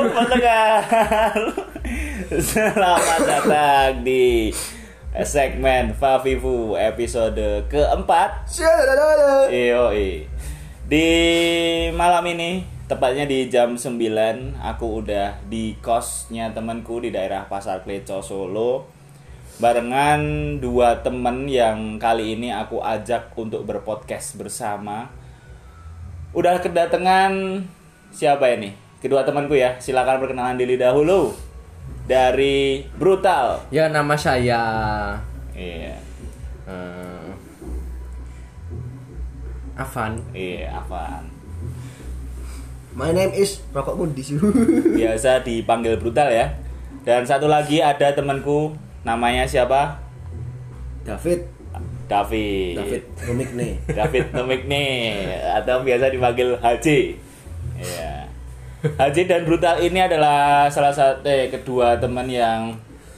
pendengar. Selamat datang di segmen Favivu episode keempat. Yoi. Di malam ini, tepatnya di jam 9, aku udah di kosnya temanku di daerah Pasar Kleco, Solo. Barengan dua temen yang kali ini aku ajak untuk berpodcast bersama. Udah kedatangan siapa ini? Kedua temanku ya. Silakan perkenalan diri dahulu. Dari Brutal. Ya, nama saya Afan. Iya, Afan. My name is Rokok Mundis. Biasa dipanggil Brutal ya. Dan satu lagi ada temanku, namanya siapa? David Nomikne atau biasa dipanggil Haji. Iya. Haji dan Brutal ini adalah salah satu kedua teman yang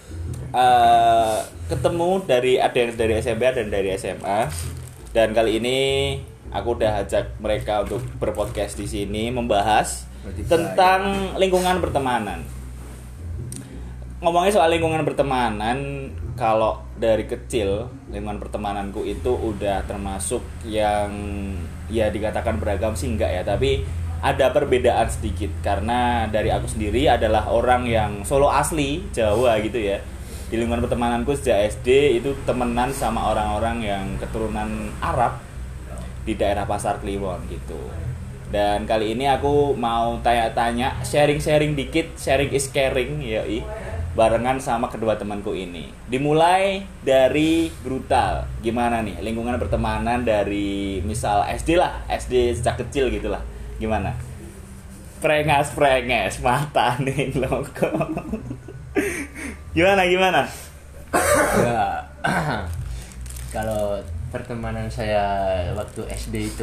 ketemu ada yang dari SMP dan dari SMA. Dan kali ini aku udah ajak mereka untuk berpodcast di sini membahas tentang lingkungan pertemanan. Ngomongin soal lingkungan pertemanan, kalau dari kecil lingkungan pertemananku itu udah termasuk yang ya dikatakan beragam sih enggak ya, tapi ada perbedaan sedikit karena dari aku sendiri adalah orang yang Solo asli, Jawa gitu ya. Di lingkungan pertemananku sejak SD itu temenan sama orang-orang yang keturunan Arab di daerah Pasar Kliwon gitu. Dan kali ini aku mau tanya-tanya, sharing-sharing dikit, sharing is caring yoi. Barengan sama kedua temanku ini. Dimulai dari Brutal. Gimana nih lingkungan pertemanan dari misal SD lah, SD sejak kecil gitulah. Gimana? Prengas mata nih loh. Gimana? Ya, kalau pertemanan saya waktu SD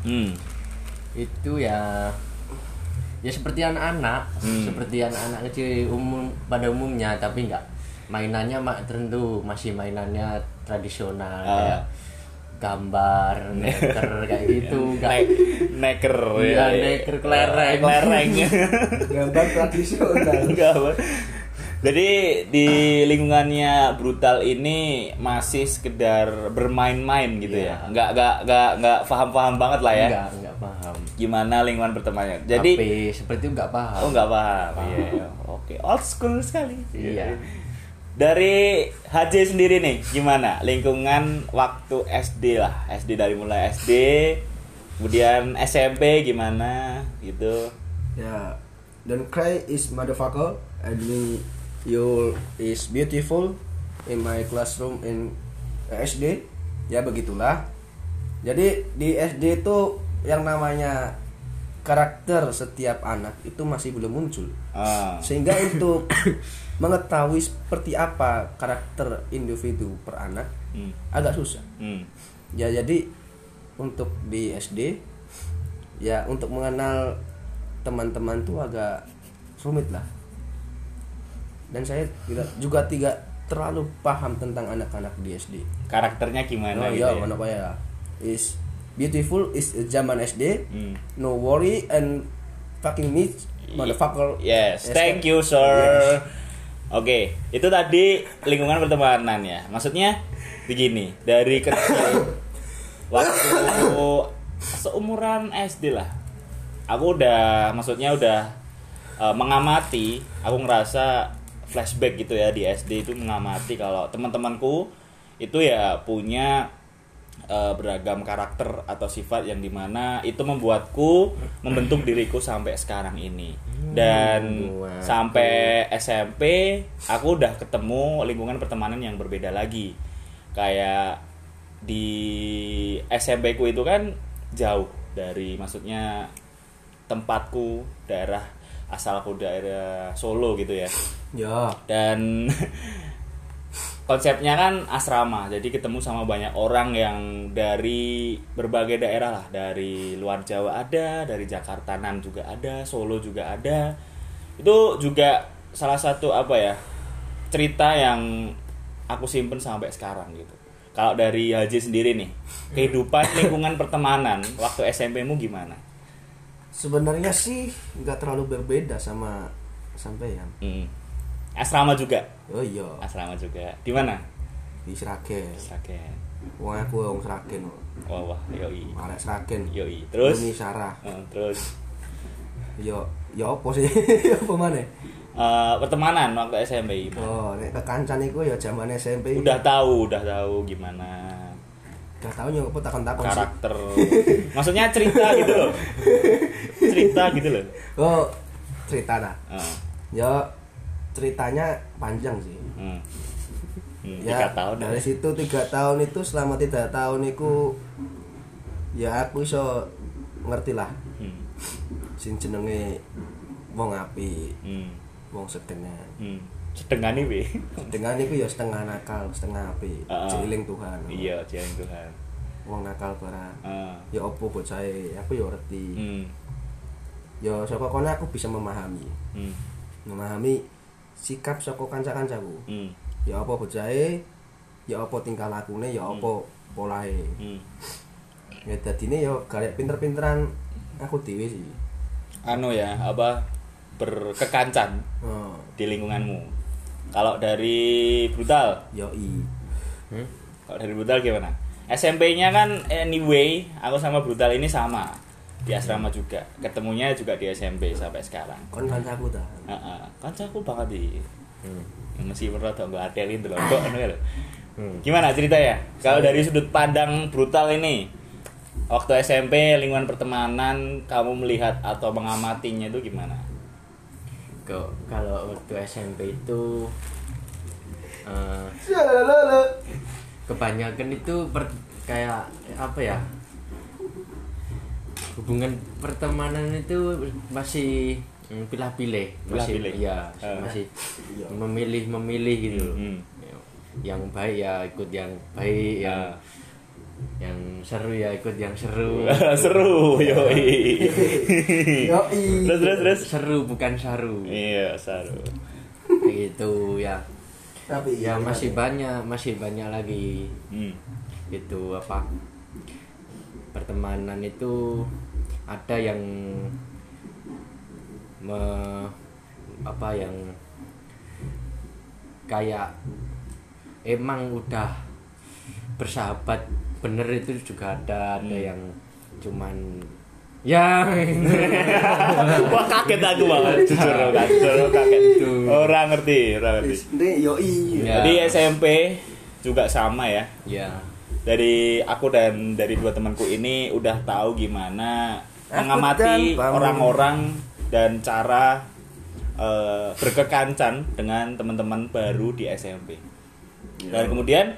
itu ya seperti anak-anak, seperti anak-anak kecil pada umumnya, tapi enggak mainannya tertentu, masih mainannya tradisional kayak gambar, neker kayak gitu, neker kelereng. Gambar tradisional. Jadi di lingkungannya Brutal ini masih sekedar bermain-main gitu ya. Enggak paham banget lah ya. Enggak paham. Gimana lingkungan pertemanannya. Jadi seperti itu enggak paham. Oh, enggak paham. Iya. Oke, old school sekali. Iya. Dari HJ sendiri nih, gimana lingkungan waktu SD lah? SD dari mulai SD, kemudian SMP gimana gitu. Ya, don't cry is motherfucker and me you is beautiful in my classroom in SD. Ya begitulah. Jadi di SD itu yang namanya karakter setiap anak itu masih belum muncul. Sehingga untuk mengetahui seperti apa karakter individu per anak agak susah. Ya jadi untuk di SD ya untuk mengenal teman-teman tuh agak rumit lah. Dan saya juga tidak terlalu paham tentang anak-anak di SD. Karakternya gimana gitu ya? Apa ya? Is beautiful is zaman SD. No worry and fucking me motherfucker. Yes, thank you sir. Yes. Oke, itu tadi lingkungan pertemanan ya. Maksudnya begini, dari kecil waktu seumuran SD lah. Aku udah mengamati, aku ngerasa flashback gitu ya di SD itu mengamati kalau teman-temanku itu ya punya beragam karakter atau sifat yang dimana itu membentuk diriku sampai sekarang ini. Dan sampai SMP aku udah ketemu lingkungan pertemanan yang berbeda lagi. Kayak di SMP ku itu kan jauh dari, maksudnya tempatku, daerah asalku daerah Solo gitu ya. Ya. Dan konsepnya kan asrama, jadi ketemu sama banyak orang yang dari berbagai daerah lah, dari luar Jawa ada, dari Jakarta juga ada, Solo juga ada. Itu juga salah satu cerita yang aku simpen sampai sekarang gitu. Kalau dari Haji sendiri nih, kehidupan lingkungan pertemanan waktu SMP-mu gimana? Sebenarnya sih nggak terlalu berbeda sama sampai ya. Asrama juga. Oh iya. Asrama juga. Di mana? Di Sragen. Sragen. Wong aku wong Sragen. Wah, yoi. Arek Sragen. Yoi. Terus Uni Sarah. Terus Yo apa sih? Apa maneh? Pertemanan waktu SMP. Oh, nek kekancan iku ya zaman SMP. Udah tahu gimana Gak tau nyok apa takon-takon sih. karakter. Maksudnya cerita gitu loh. Cerita gitu loh. Oh, cerita nah. Heeh. Ya ceritanya panjang sih. 3 Ya, tahun. dari situ 3 tahun itu, selama 3 tahun itu ya aku iso ngerti lah sing jenenge wong apik, wong sedengan. Sedengan iki. Sedengan iku ya setengah nakal, setengah apik. Jeling Tuhan. Iya, jeling Tuhan. Wong nakal barang. Ya opo bocahe, aku ya ngerti. Ya saka kono aku bisa memahami. Memahami sikap saka kanca-kancaku. Ya apa bocahe, ya apa tingkah lakune, ya apa polahe. Ya dadine ya garek pinter-pinteran aku dhewe sih. Anu ya, apa berkekancan di lingkunganmu. Kalau dari brutal, Yoi. kalau dari brutal gimana? SMP-nya kan anyway, aku sama brutal ini sama di asrama juga. Ketemunya juga di SMP sampai sekarang. Kon kancaku ta. Heeh, kancaku banget iki. Meskipun rada enggak ateli itu loh, kok anu ya lho. Gimana ceritanya? Kalau dari sudut pandang brutal ini, waktu SMP lingkungan pertemanan kamu melihat atau mengamatinya itu gimana? Kalau waktu SMP itu kebanyakan itu kayak apa ya, hubungan pertemanan itu masih pilih-pilih, masih ya masih memilih gitu. Yang baik ya ikut yang baik, yang seru ya ikut yang seru. Seru, yoi. Terus Seru bukan saru. Iya, seru. Kayak gitu ya. Tapi Ya masih banyak lagi. Itu apa? Pertemanan itu ada yang yang kayak emang udah bersahabat bener, itu juga ada yang cuman ya wah kaget aku banget jujur kaget itu orang ngerti yoi. Ya. Jadi SMP juga sama ya. Ya. Dari aku dan dari dua temanku ini udah tahu gimana mengamati dan orang-orang dan cara berkekancan dengan teman-teman baru di SMP. Dan kemudian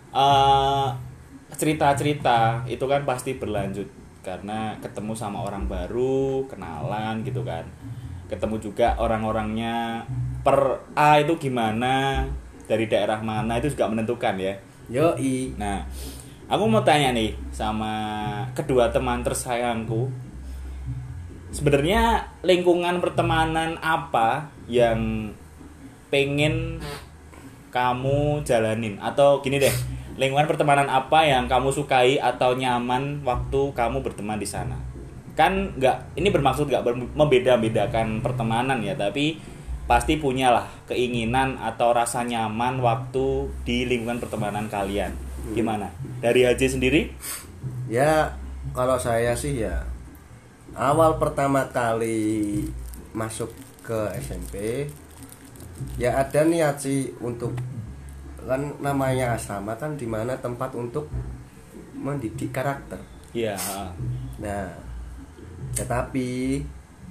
cerita-cerita itu kan pasti berlanjut karena ketemu sama orang baru, kenalan gitu kan. Ketemu juga orang-orangnya per A itu gimana, dari daerah mana itu juga menentukan ya. Yoi. Nah, aku mau tanya nih sama kedua teman tersayangku. Sebenarnya lingkungan pertemanan apa yang pengen kamu jalanin? Atau gini deh, lingkungan pertemanan apa yang kamu sukai atau nyaman waktu kamu berteman di sana? Kan ini bermaksud nggak membeda-bedakan pertemanan ya, tapi pasti punyalah keinginan atau rasa nyaman waktu di lingkungan pertemanan kalian. Gimana? Dari Haji sendiri? Ya, kalau saya sih ya awal pertama kali masuk ke SMP ya ada niat sih untuk, kan namanya asrama kan dimana tempat untuk mendidik karakter. Iya. Nah, tetapi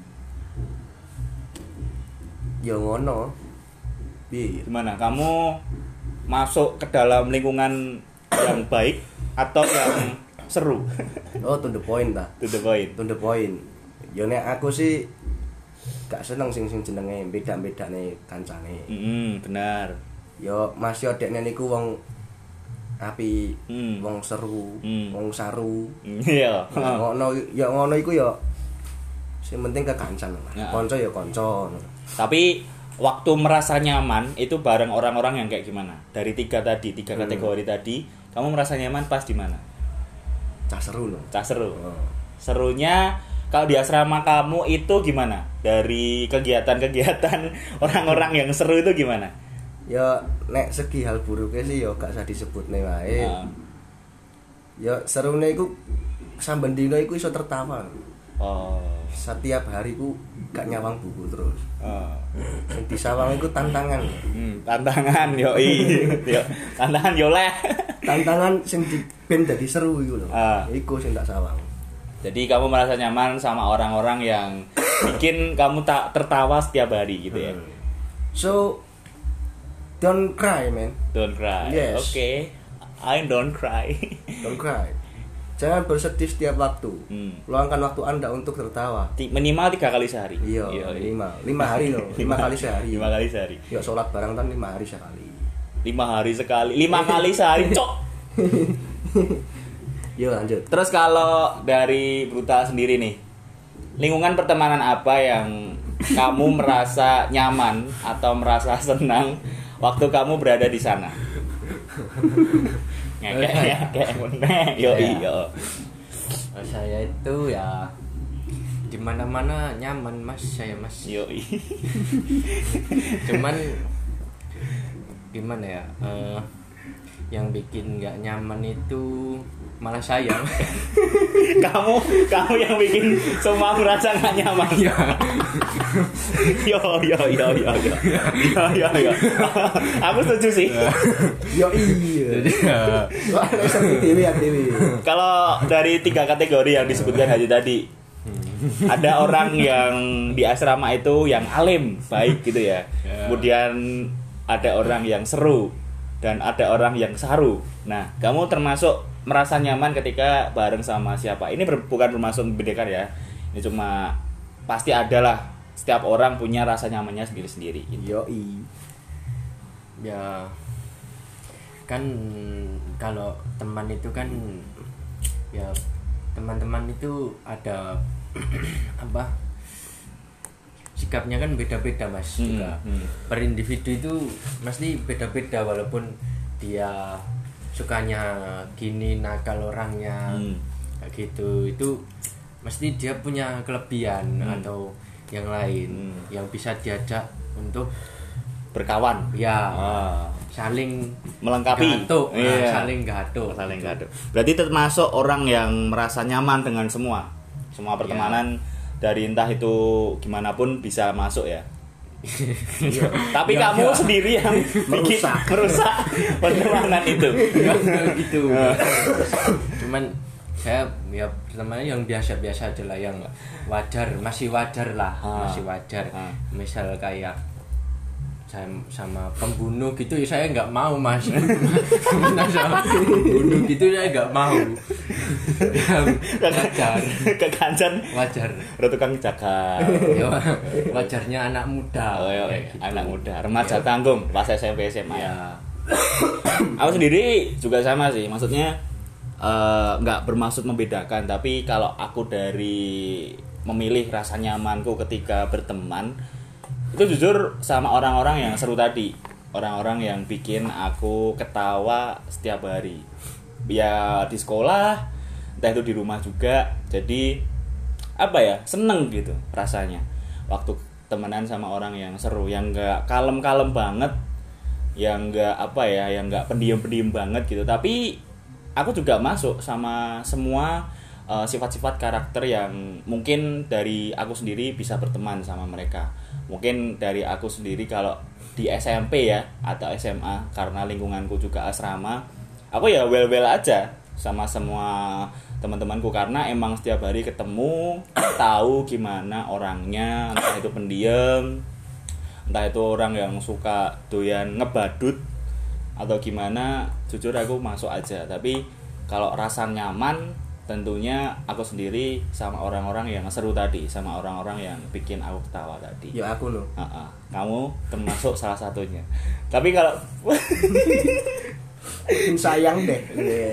ya ngono. Piye? Gimana? Kamu masuk ke dalam lingkungan yang baik atau yang seru? Oh, to the point ta. To the point. To the point. Ya nek aku sih gak seneng sing jenenge beda-bedane kancane. Benar. Ya masih dekne niku wong api, wong seru, wong saru. Iya. Ngono iku ya sing penting kekancan lah. Ya. Kanca ya kanca. Tapi waktu merasa nyaman itu bareng orang-orang yang kayak gimana? Dari tiga kategori tadi, kamu merasa nyaman pas di mana? Cah seru loh. Cah seru. Oh. Serunya kalau di asrama kamu itu gimana? Dari kegiatan-kegiatan orang-orang yang seru itu gimana? Ya nek segi hal buruknya sih ya gak usah disebut nih wae. Ya serune iku samben dino iku iso tertawa. Setiap hari ku gak nyawang buku terus. Sing disawang iku tantangan. Tantangan yo yo. Tantangan yo leh. Tantangan sing ben dadi seru iku lho. Iku sing tak sawang. Jadi kamu merasa nyaman sama orang-orang yang bikin kamu tak tertawa setiap hari gitu ya. So don't cry, man. Don't cry. Yes. Okay. I don't cry. Don't cry. Jangan bersedih setiap waktu. Luangkan waktu Anda untuk tertawa. Minimal 3 kali sehari. Iya, minimal. 5 hari loh. 5 kali sehari. 5 kali sehari. Ya sholat bareng kan 5 hari sekali. 5 hari sekali. 5 kali sehari, cok. Yo lanjut. Terus kalau dari Brutal sendiri nih, lingkungan pertemanan apa yang kamu merasa nyaman atau merasa senang waktu kamu berada di sana? Kayak meneh. Yo. Saya itu ya di mana-mana nyaman Mas, saya Mas. Yo. Cuman gimana ya? Yang bikin nggak nyaman itu malah saya. kamu yang bikin semua merasa nggak nyaman. Yo. Aku setuju sih. Yo iya. Kalau dari 3 kategori yang disebutkan Haji tadi, ada orang yang di asrama itu yang alim, baik gitu ya. Kemudian ada orang yang seru dan ada orang yang saru. Nah, kamu termasuk merasa nyaman ketika bareng sama siapa? Ini bukan bermaksud membedakan ya. Ini cuma pasti ada lah. Setiap orang punya rasa nyamannya sendiri-sendiri. Yoi. Ya kan kalau teman itu kan ya teman-teman itu ada apa? Sikapnya kan beda-beda Mas juga. Per individu itu mesti beda-beda walaupun dia sukanya gini nakal orangnya kayak gitu, itu mesti dia punya kelebihan atau yang lain yang bisa diajak untuk berkawan ya, saling melengkapi, saling gaduh. Berarti termasuk orang yang merasa nyaman dengan semua pertemanan dari entah itu gimana pun bisa masuk ya. Tapi kamu sendiri yang bikin merusak pertemanan itu. Gitu. Cuman saya ya pertemanan yang biasa-biasa aja lah, yang masih wajar lah. Misal kayak saya sama pembunuh gitu ya saya nggak mau Mas. Sama pembunuh gitu saya nggak mau. Wajar tukang jaga. Wajarnya anak muda. Gitu. Anak muda, remaja tanggung pas SMP SMA ya. Aku sendiri juga sama sih, maksudnya nggak bermaksud membedakan, tapi kalau aku dari memilih rasa nyamanku ketika berteman itu jujur sama orang-orang yang seru tadi, orang-orang yang bikin aku ketawa setiap hari, ya di sekolah, entah itu di rumah juga. Jadi apa ya, seneng gitu rasanya waktu temenan sama orang yang seru, yang nggak kalem-kalem banget, yang nggak yang nggak pendiam-pendiam banget gitu. Tapi aku juga masuk sama semua sifat-sifat karakter yang mungkin dari aku sendiri bisa berteman sama mereka. Mungkin dari aku sendiri kalau di SMP ya atau SMA, karena lingkunganku juga asrama, aku ya well aja sama semua teman-temanku, karena emang setiap hari ketemu, tahu gimana orangnya, entah itu pendiam, entah itu orang yang suka doyan ngebadut atau gimana. Jujur aku masuk aja. Tapi kalau rasa nyaman tentunya aku sendiri sama orang-orang yang seru tadi, sama orang-orang yang bikin aku ketawa tadi. Ya aku loh. Kamu termasuk salah satunya. Tapi kalau sayang deh.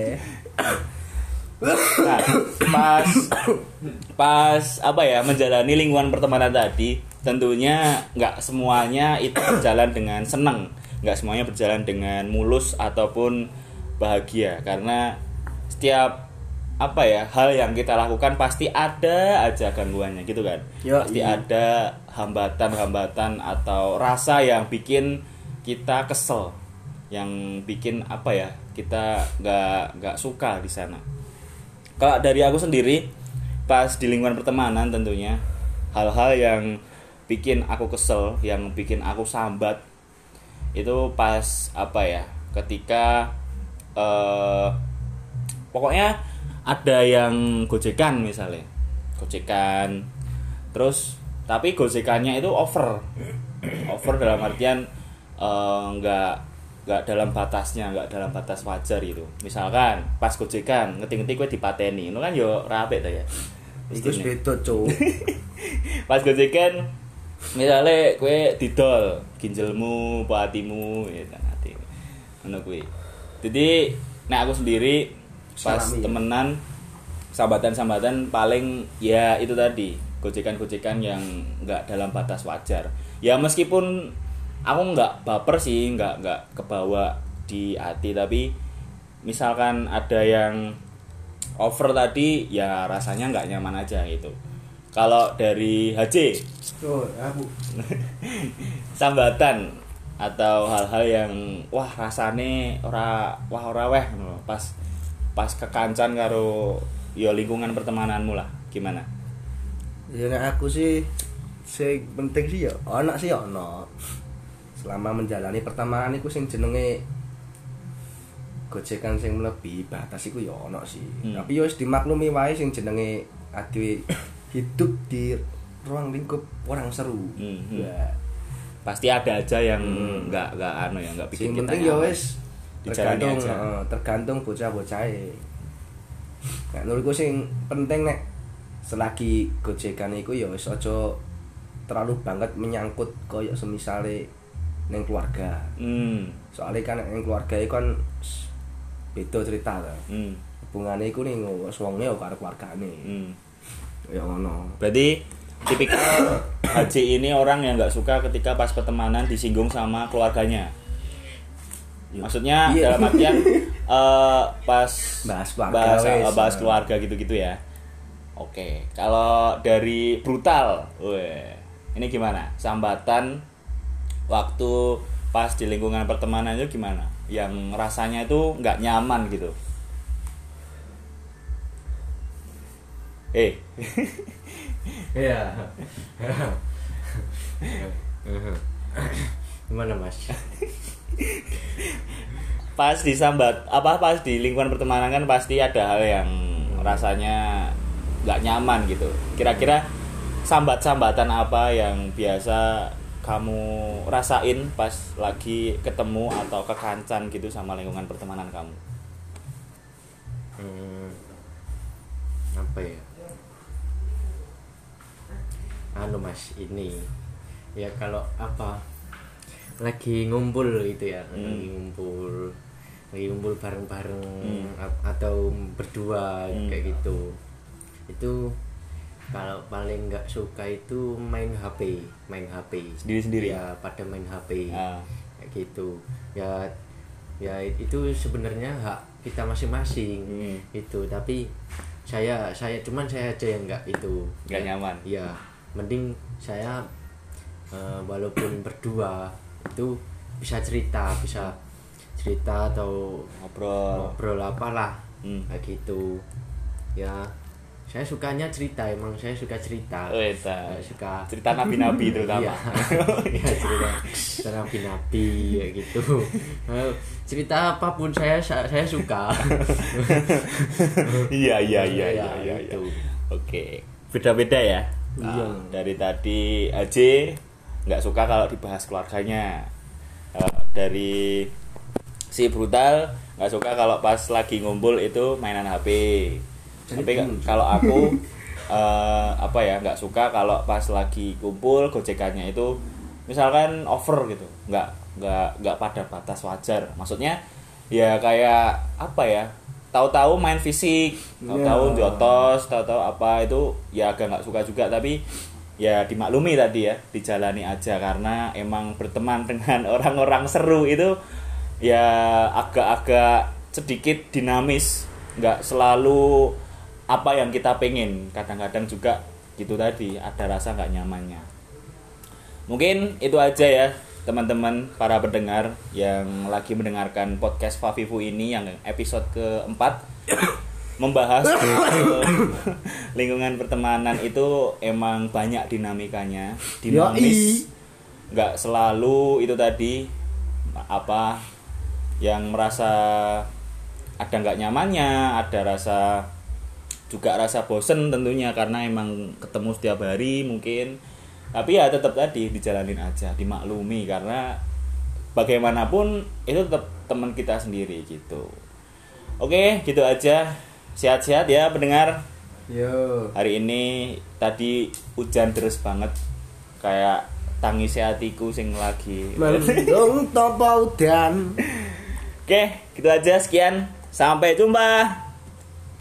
Nah, pas menjalani lingkungan pertemanan tadi, tentunya nggak semuanya itu berjalan dengan senang, nggak semuanya berjalan dengan mulus ataupun bahagia, karena setiap apa ya, hal yang kita lakukan pasti ada aja gangguannya gitu kan. Pasti ada hambatan-hambatan atau rasa yang bikin kita kesel, yang bikin apa ya, kita nggak suka di sana. Kalau dari aku sendiri pas di lingkungan pertemanan tentunya hal-hal yang bikin aku kesel, yang bikin aku sambat itu pas apa ya, ketika pokoknya ada yang gojekan misalnya, gojekan terus tapi gojekannya itu over dalam artian nggak dalam batasnya, nggak dalam batas wajar gitu. Misalkan pas gojekan ngetik-ngetik gue dipateni, itu kan yo rapi ta ya. Itu beda cuk. Pas gojekan misalnya gue didol ginjalmu, hatimu gitu nanti. Ngono kuwi. Jadi nek aku sendiri pas temenan sambatan-sambatan paling ya itu tadi, gojekan-gojekan yang nggak dalam batas wajar. Ya meskipun aku nggak baper sih, nggak kebawa di hati, tapi misalkan ada yang over tadi ya rasanya nggak nyaman aja gitu. Kalau dari HJ aku sambatan atau hal-hal yang wah rasane ora weh pas kekancan karo ya lingkungan pertemananmu lah, gimana? Ya nek aku sih sing penting sih ya ana sih ana. Selama menjalani pertemanan iku sing jenenge gojekan sing mlebihi batas iku ya ana sih. Tapi ya wis dimaklumi wae sing jenenge ade hidup di ruang lingkup orang seru. Ya pasti ada aja yang nggak bikin kita penting ya wis tergantung bocah-bocahe. Nek menurutku sing penting nek selagi gojekan iku ya wis aja terlalu banget menyangkut koyo semisale ning keluarga. Soalnya kan ning keluarga iku kan beda cerita ta. Hubungane iku ning wonge karo keluargane. Ya ngono. Berarti tipikal HJ ini orang yang nggak suka ketika pas pertemanan disinggung sama keluarganya. Maksudnya dalam artian pas bahas keluarga gitu-gitu ya. Oke, kalau dari brutal, ini gimana? Sambatan waktu pas di lingkungan pertemanan itu gimana? Yang rasanya itu nggak nyaman gitu. Iya. Gimana Mas? Pas di lingkungan pertemanan kan pasti ada hal yang rasanya nggak nyaman gitu. Kira-kira sambatan apa yang biasa kamu rasain pas lagi ketemu atau kekancan gitu sama lingkungan pertemanan kamu? Apa ya? Mas, ini ya kalau apa lagi ngumpul gitu ya, lagi ngumpul bareng-bareng atau berdua kayak gitu. Itu kalau paling nggak suka itu main HP sendiri ya, pada main HP kayak gitu ya itu sebenarnya hak kita masing-masing itu, tapi saya aja yang nggak nyaman ya. Mending saya walaupun berdua itu bisa cerita atau ngobrol apalah kayak gitu ya. Saya sukanya cerita, emang saya suka cerita. Suka cerita nabi-nabi terutama. Iya, cerita nabi-nabi kayak gitu. Cerita apapun saya suka. Iya. Itu. Oke, beda-beda ya. Dari tadi AJ nggak suka kalau dibahas keluarganya. Dari si brutal nggak suka kalau pas lagi ngumpul itu mainan HP. Tapi kalau aku nggak suka kalau pas lagi kumpul gojekannya itu misalkan over gitu, nggak pada batas wajar. Maksudnya ya kayak apa ya, tahu-tahu main fisik, tahu-tahu jotos, tahu-tahu apa, itu ya agak nggak suka juga. Tapi ya dimaklumi tadi ya, dijalani aja karena emang berteman dengan orang-orang seru itu ya agak-agak sedikit dinamis, nggak selalu apa yang kita pengen. Kadang-kadang juga gitu tadi, ada rasa nggak nyamannya. Mungkin itu aja ya teman-teman para pendengar yang lagi mendengarkan podcast Favivu ini yang episode keempat. Membahas lingkungan pertemanan itu emang banyak dinamikanya, dinamis, nggak selalu itu tadi apa yang merasa ada nggak nyamannya, ada rasa juga rasa bosen tentunya karena emang ketemu setiap hari mungkin, tapi ya tetap tadi dijalanin aja, dimaklumi karena bagaimanapun itu tetap teman kita sendiri gitu. Oke, gitu aja. Sehat-sehat ya pendengar. Yo. Hari ini tadi hujan deras banget. Kayak tangis hatiku sing lagi Mendung tanpa udan. Oke, gitu aja, sekian. Sampai jumpa.